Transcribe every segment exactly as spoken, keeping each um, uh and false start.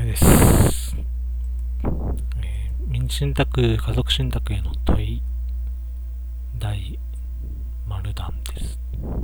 目です。えー、民事信託、家族信託への問い、第丸弾です。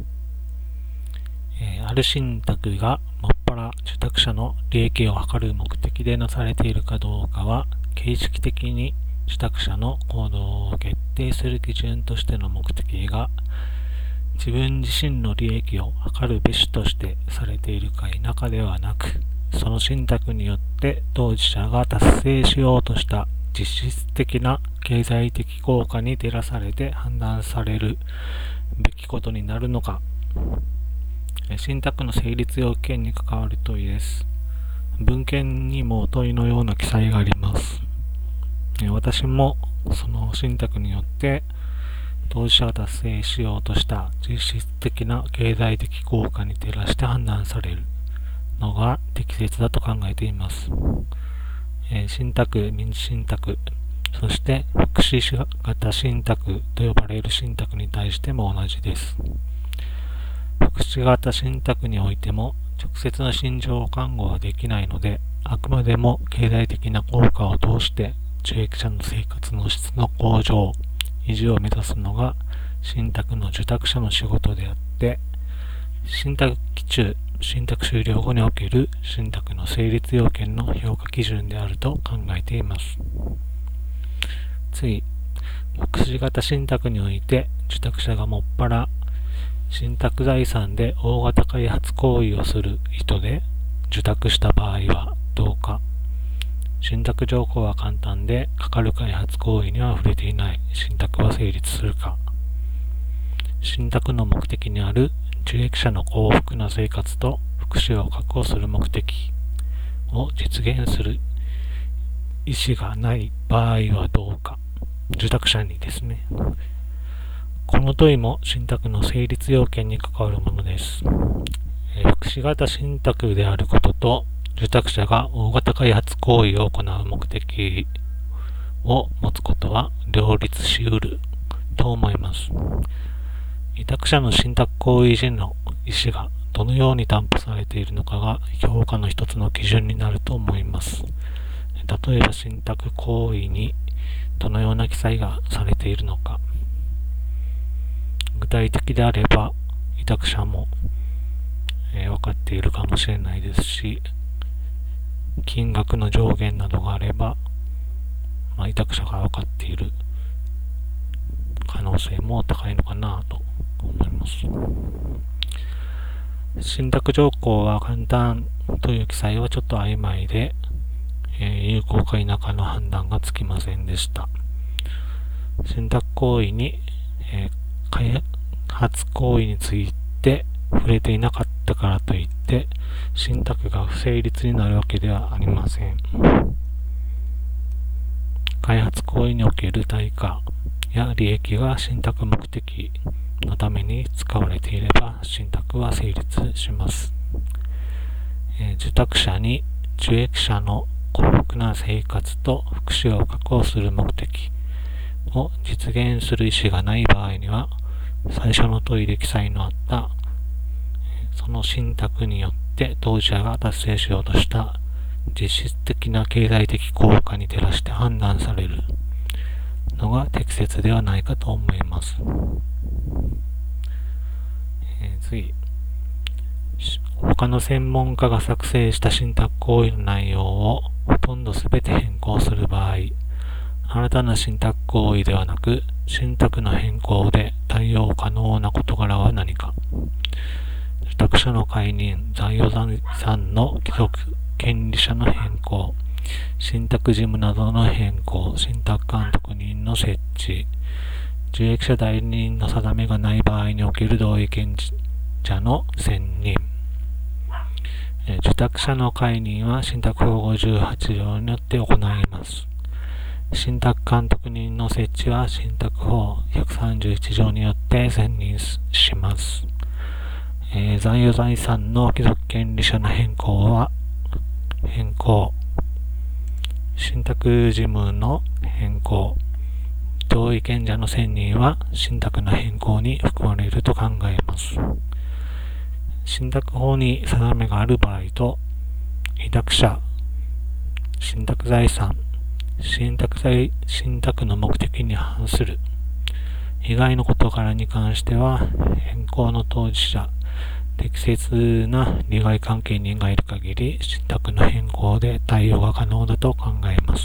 えー、ある信託がもっぱら受託者の利益を図る目的でなされているかどうかは、形式的に受託者の行動を決定する基準としての目的が、自分自身の利益を図るべしとしてされているか否かではなく、その信託によって当事者が達成しようとした実質的な経済的効果に照らされて判断されるべきことになるのか。信託の成立要件に関わる問いです。文献にも問いのような記載があります。私もその信託によって当事者が達成しようとした実質的な経済的効果に照らして判断されるのが適切だと考えています。えー、信託、民事信託、そして福祉型信託と呼ばれる信託に対しても同じです。福祉型信託においても直接の心情看護はできないので、あくまでも経済的な効果を通して受益者の生活の質の向上、維持を目指すのが信託の受託者の仕事であって、信託期中、信託終了後における信託の成立要件の評価基準であると考えています。次、福祉型信託において受託者がもっぱら信託財産で大型開発行為をする意図で受託した場合はどうか。信託条項は簡単で、かかる開発行為には触れていない信託は成立するか。信託の目的にある受益者の幸福な生活と福祉を確保する目的を実現する意思がない場合はどうか。受託者にですね。この問いも信託の成立要件に関わるものです。福祉型信託であることと、受託者が大型開発行為を行う目的を持つことは両立し得ると思います。委託者の信託行為時の意思がどのように担保されているのかが評価の一つの基準になると思います。例えば信託行為にどのような記載がされているのか。具体的であれば委託者も、えー、分かっているかもしれないですし、金額の上限などがあれば、まあ、委託者が分かっている可能性も高いのかなと思います。信託条項は簡単という記載はちょっと曖昧で、えー、有効か否かの判断がつきませんでした。信託行為に、えー、開発行為について触れていなかったからといって信託が不成立になるわけではありません。開発行為における対価や利益が信託目的のために使われていれば信託は成立します。えー、受託者に受益者の幸福な生活と福祉を確保する目的を実現する意思がない場合には、最初の問いで記載のあったその信託によって当事者が達成しようとした実質的な経済的効果に照らして判断されるのが適切ではないかと思います。えー、次、他の専門家が作成した信託行為の内容をほとんどすべて変更する場合、新たな信託行為ではなく信託の変更で対応可能な事柄は何か。受託者の解任、残余財産の帰属権利者の変更、信託事務などの変更、信託監督人の設置、受益者代理人の定めがない場合における同意権者の選任。受託者の解任は信託法ごじゅうはち条によって行います。信託監督人の設置は信託法ひゃくさんじゅういち条によって選任します。えー、残余財産の帰属権利者の変更は変更、信託事務の変更、同意権者の選任は信託の変更に含まれると考えます。信託法に定めがある場合と委託者信託財産、信託財、信託の目的に反する以外の事柄に関しては、変更の当事者、適切な利害関係人がいる限り、信託の変更で対応が可能だと考えます。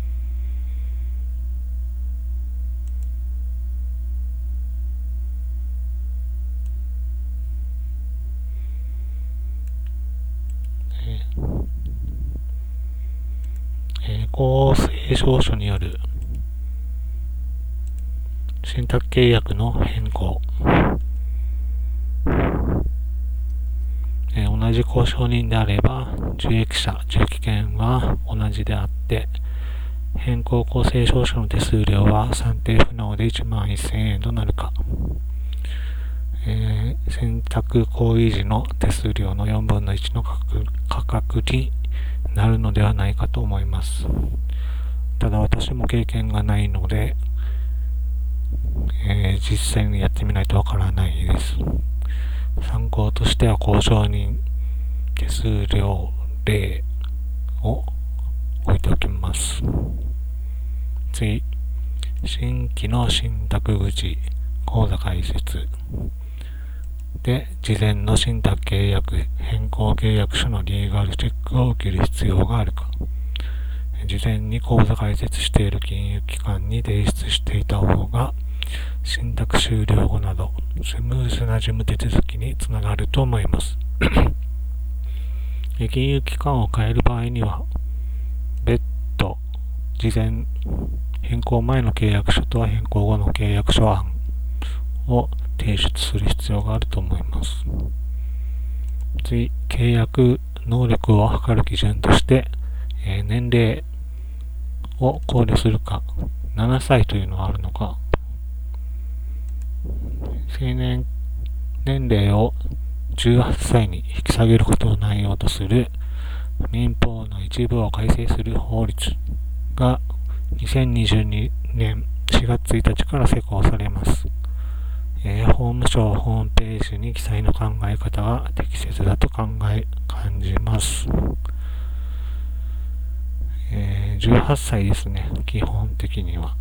公正証書による信託契約の変更、えー、同じ交渉人であれば受益者、受益権は同じであって変更公正証書の手数料は算定不能でいちまんせんえんとなるか、えー、選択行為時の手数料のよんぶんのいちの価格になるのではないかと思います。ただ私も経験がないので、えー、実際にやってみないとわからないです。参考としては交渉人手数料例を置いておきます。次、新規の信託口口座開設で事前の信託契約変更契約書のリーガルチェックを受ける必要があるか、事前に口座開設している金融機関に提出していた方が信託終了後などスムーズな事務手続きにつながると思います。金融機関を変える場合には別途事前変更前の契約書と変更後の契約書案を提出する必要があると思います。次、契約能力を測る基準として、えー、年齢を考慮するか、ななさいというのはあるのか、成年年齢をじゅうはっさいに引き下げることを内容とする民法の一部を改正する法律がにせんにじゅうにねんしがつついたちから施行されます。えー、法務省ホームページに記載の考え方が適切だと考え感じます。えー、じゅうはっさいですね、基本的には。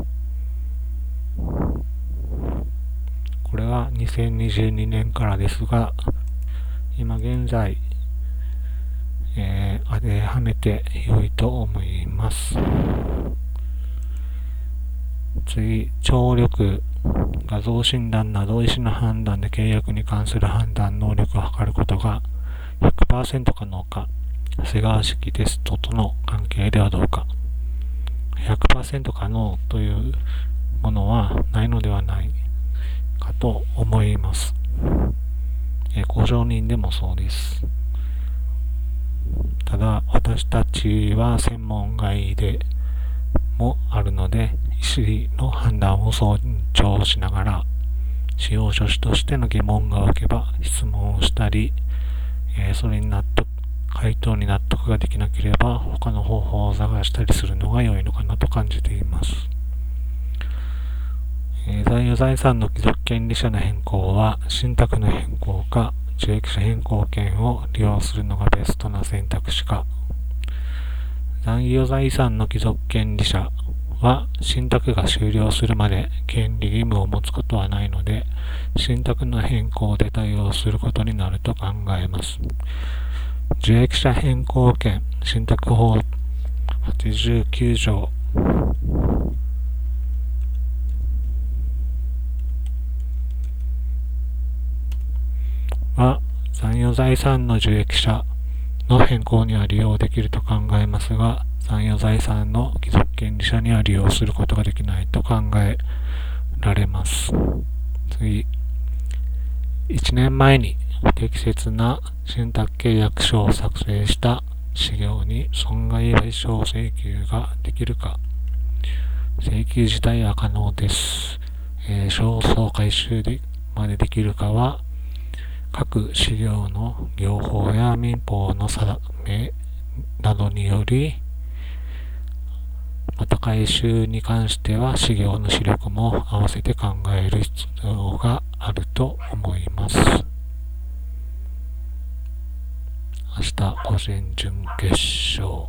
これはにせんにじゅうにねんからですが、今現在、えー、当てはめて良いと思います。次、聴力、画像診断など医師の判断で契約に関する判断能力を測ることが ひゃくパーセント 可能か、長谷川式テストとの関係ではどうか。ひゃくパーセント 可能というものはないのではないかと思います。えー、交渉人でもそうです。ただ私たちは専門外でもあるので、医師の判断を尊重しながら、司法書士としての疑問が湧けば質問をしたり、えー、それに納得、回答に納得ができなければ他の方法を探したりするのが良いのかなと感じています。えー、残余財産の帰属権利者の変更は、信託の変更か、受益者変更権を利用するのがベストな選択肢か。残余財産の帰属権利者は信託が終了するまで権利義務を持つことはないので、信託の変更で対応することになると考えます。受益者変更権信託法はちじゅうきゅうじょうは残余財産の受益者の変更には利用できると考えますが、残余財産の帰属権利者には利用することができないと考えられます。次、いちねんまえに適切な信託契約書を作成した事業に損害賠償請求ができるか。請求自体は可能です。えー、勝訴回収でまでできるかは各事業の業法や民法の定めなどにより、また回収に関しては事業の視力も合わせて考える必要があると思います。明日午前準決勝。